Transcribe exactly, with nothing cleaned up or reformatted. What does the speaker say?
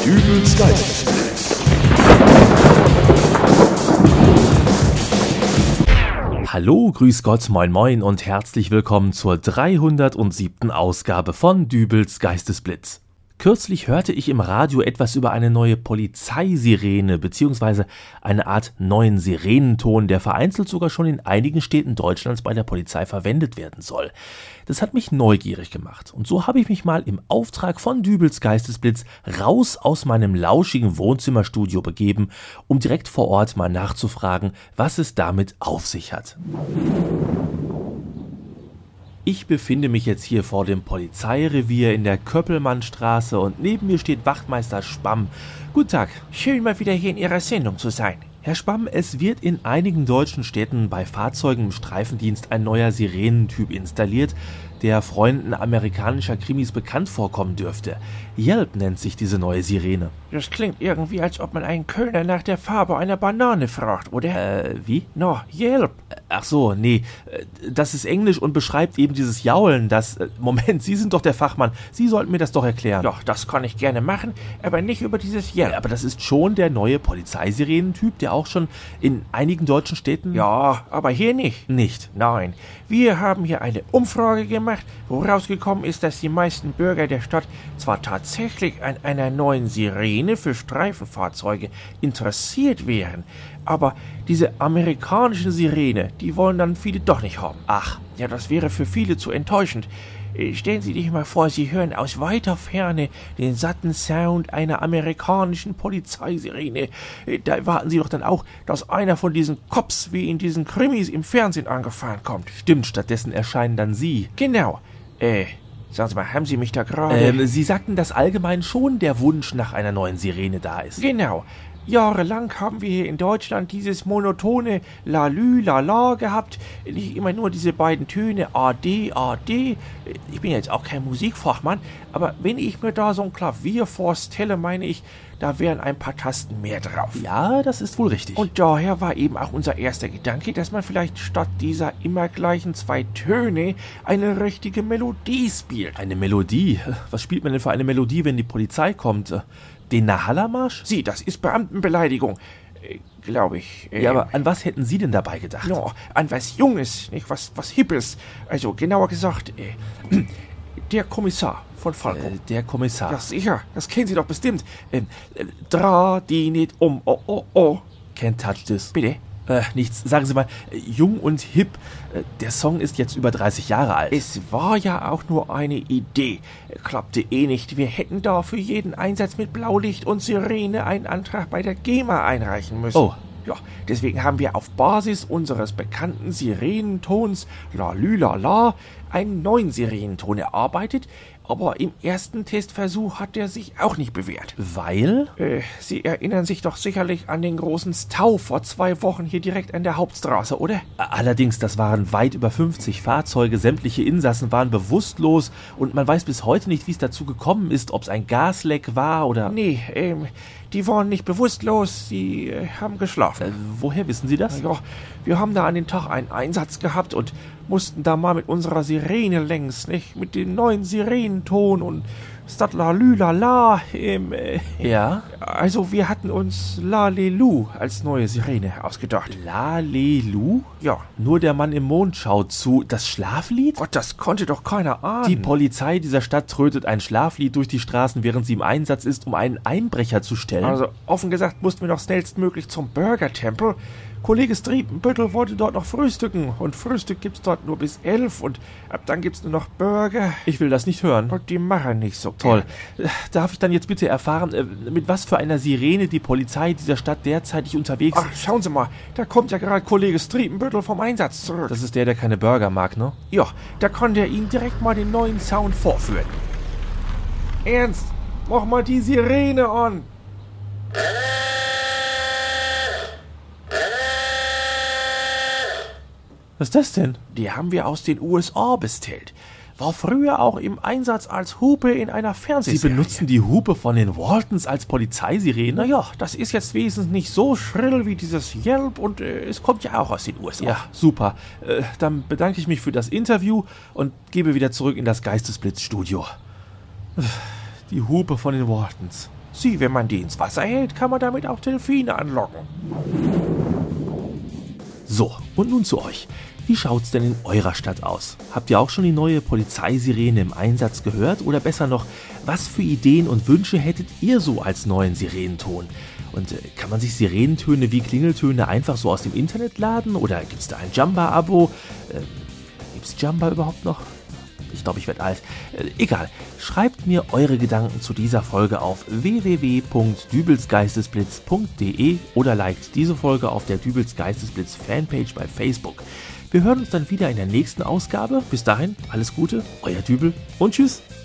Dübels Geistesblitz. Hallo, grüß Gott, moin moin und herzlich willkommen zur dreihundertsiebten Ausgabe von Dübels Geistesblitz. Kürzlich hörte ich im Radio etwas über eine neue Polizeisirene bzw. eine Art neuen Sirenenton, der vereinzelt sogar schon in einigen Städten Deutschlands bei der Polizei verwendet werden soll. Das hat mich neugierig gemacht und so habe ich mich mal im Auftrag von Dübels Geistesblitz raus aus meinem lauschigen Wohnzimmerstudio begeben, um direkt vor Ort mal nachzufragen, was es damit auf sich hat. Ich befinde mich jetzt hier vor dem Polizeirevier in der Köppelmannstraße und neben mir steht Wachtmeister Spamm. Guten Tag. Schön, mal wieder hier in Ihrer Sendung zu sein. Herr Spamm, es wird in einigen deutschen Städten bei Fahrzeugen im Streifendienst ein neuer Sirenentyp installiert, der Freunden amerikanischer Krimis bekannt vorkommen dürfte. Yelp nennt sich diese neue Sirene. Das klingt irgendwie, als ob man einen Kölner nach der Farbe einer Banane fragt, oder? Äh, wie? No, Yelp. Ach so, nee, das ist Englisch und beschreibt eben dieses Jaulen, das... Moment, Sie sind doch der Fachmann, Sie sollten mir das doch erklären. Doch, das kann ich gerne machen, aber nicht über dieses Yelp. Aber das ist schon der neue Polizeisirenentyp, der auch schon in einigen deutschen Städten... Ja, aber hier nicht. Nicht? Nein, wir haben hier eine Umfrage gemacht, wo rausgekommen ist, dass die meisten Bürger der Stadt zwar tatsächlich an einer neuen Sirene für Streifenfahrzeuge interessiert wären, aber diese amerikanische Sirene, die wollen dann viele doch nicht haben. Ach, ja, das wäre für viele zu enttäuschend. Stellen Sie sich mal vor, Sie hören aus weiter Ferne den satten Sound einer amerikanischen Polizeisirene. Da erwarten Sie doch dann auch, dass einer von diesen Cops wie in diesen Krimis im Fernsehen angefahren kommt. Stimmt, stattdessen erscheinen dann Sie. Genau. Äh, sagen Sie mal, haben Sie mich da gerade... Ähm, Sie sagten, dass allgemein schon der Wunsch nach einer neuen Sirene da ist. Genau. Jahrelang haben wir hier in Deutschland dieses monotone Lalü, Lala gehabt. Nicht immer nur diese beiden Töne A D, A D. Ich bin jetzt auch kein Musikfachmann, aber wenn ich mir da so ein Klavier vorstelle, meine ich, da wären ein paar Tasten mehr drauf. Ja, das ist wohl richtig. Und daher war eben auch unser erster Gedanke, dass man vielleicht statt dieser immer gleichen zwei Töne eine richtige Melodie spielt. Eine Melodie? Was spielt man denn für eine Melodie, wenn die Polizei kommt? Den Nahalla-Marsch? Sie, das ist Beamtenbeleidigung, äh, glaube ich. Äh, ja, aber an was hätten Sie denn dabei gedacht? No, an was Junges, nicht was, was Hippes. Also genauer gesagt, äh, der Kommissar von Falco. Äh, der Kommissar? Ja, sicher, das kennen Sie doch bestimmt. Ähm, äh, dra die nicht um, oh, oh, oh. Can't touch this. Bitte? Äh, nichts. Sagen Sie mal, äh, jung und hip. Äh, der Song ist jetzt über dreißig Jahre alt. Es war ja auch nur eine Idee. Klappte eh nicht. Wir hätten da für jeden Einsatz mit Blaulicht und Sirene einen Antrag bei der GEMA einreichen müssen. Oh. Ja, deswegen haben wir auf Basis unseres bekannten Sirenentons Lalü Lala einen neuen Sirenenton erarbeitet, aber im ersten Testversuch hat der sich auch nicht bewährt. Weil? Äh, Sie erinnern sich doch sicherlich an den großen Stau vor zwei Wochen hier direkt an der Hauptstraße, oder? Allerdings, das waren weit über fünfzig Fahrzeuge, sämtliche Insassen waren bewusstlos und man weiß bis heute nicht, wie es dazu gekommen ist, ob es ein Gasleck war oder... Nee, ähm, die waren nicht bewusstlos, sie äh, haben geschlafen. Äh, woher wissen Sie das? Ja, wir haben da an den Tag einen Einsatz gehabt und mussten da mal mit unserer Sirene längs, nicht? Mit dem neuen Sirenenton und statt Lalü Lala, ähm, äh, ja? Also wir hatten uns Lalelu als neue Sirene ausgedacht. Lalelu? Ja. Nur der Mann im Mond schaut zu. Das Schlaflied? Gott, das konnte doch keiner ahnen. Die Polizei dieser Stadt trötet ein Schlaflied durch die Straßen, während sie im Einsatz ist, um einen Einbrecher zu stellen. Also offen gesagt mussten wir noch schnellstmöglich zum Burger-Tempel. Kollege Striepenbüttel wollte dort noch frühstücken und Frühstück gibt's dort nur bis elf und ab dann gibt's nur noch Burger. Ich will das nicht hören. Und die machen nicht so toll. Gern. Darf ich dann jetzt bitte erfahren, mit was für einer Sirene die Polizei dieser Stadt derzeitig unterwegs ist? Ach, schauen Sie mal, da kommt ja gerade Kollege Striepenbüttel vom Einsatz zurück. Das ist der, der keine Burger mag, ne? Ja, da kann der Ihnen direkt mal den neuen Sound vorführen. Ernst, mach mal die Sirene an. Was ist das denn? Die haben wir aus den U S A bestellt. War früher auch im Einsatz als Hupe in einer Fernsehserie. Sie benutzen die Hupe von den Waltons als Polizeisirene? Naja, das ist jetzt wesentlich nicht so schrill wie dieses Yelp und äh, es kommt ja auch aus den U S A. Ja, super. Äh, dann bedanke ich mich für das Interview und gebe wieder zurück in das Geistesblitz-Studio. die Hupe von den Waltons. Sieh, wenn man die ins Wasser hält, kann man damit auch Delfine anlocken. So, und nun zu euch. Wie schaut's denn in eurer Stadt aus? Habt ihr auch schon die neue Polizeisirene im Einsatz gehört? Oder besser noch, was für Ideen und Wünsche hättet ihr so als neuen Sirenenton? Und äh, kann man sich Sirenentöne wie Klingeltöne einfach so aus dem Internet laden? Oder gibt's da ein Jamba-Abo? Äh, gibt's Jamba überhaupt noch? Ich glaube, ich werde alt. Äh, egal, schreibt mir eure Gedanken zu dieser Folge auf w w w punkt dübelsgeistesblitz punkt d e oder liked diese Folge auf der Dübels Geistesblitz Fanpage bei Facebook. Wir hören uns dann wieder in der nächsten Ausgabe. Bis dahin, alles Gute, euer Dübel und tschüss.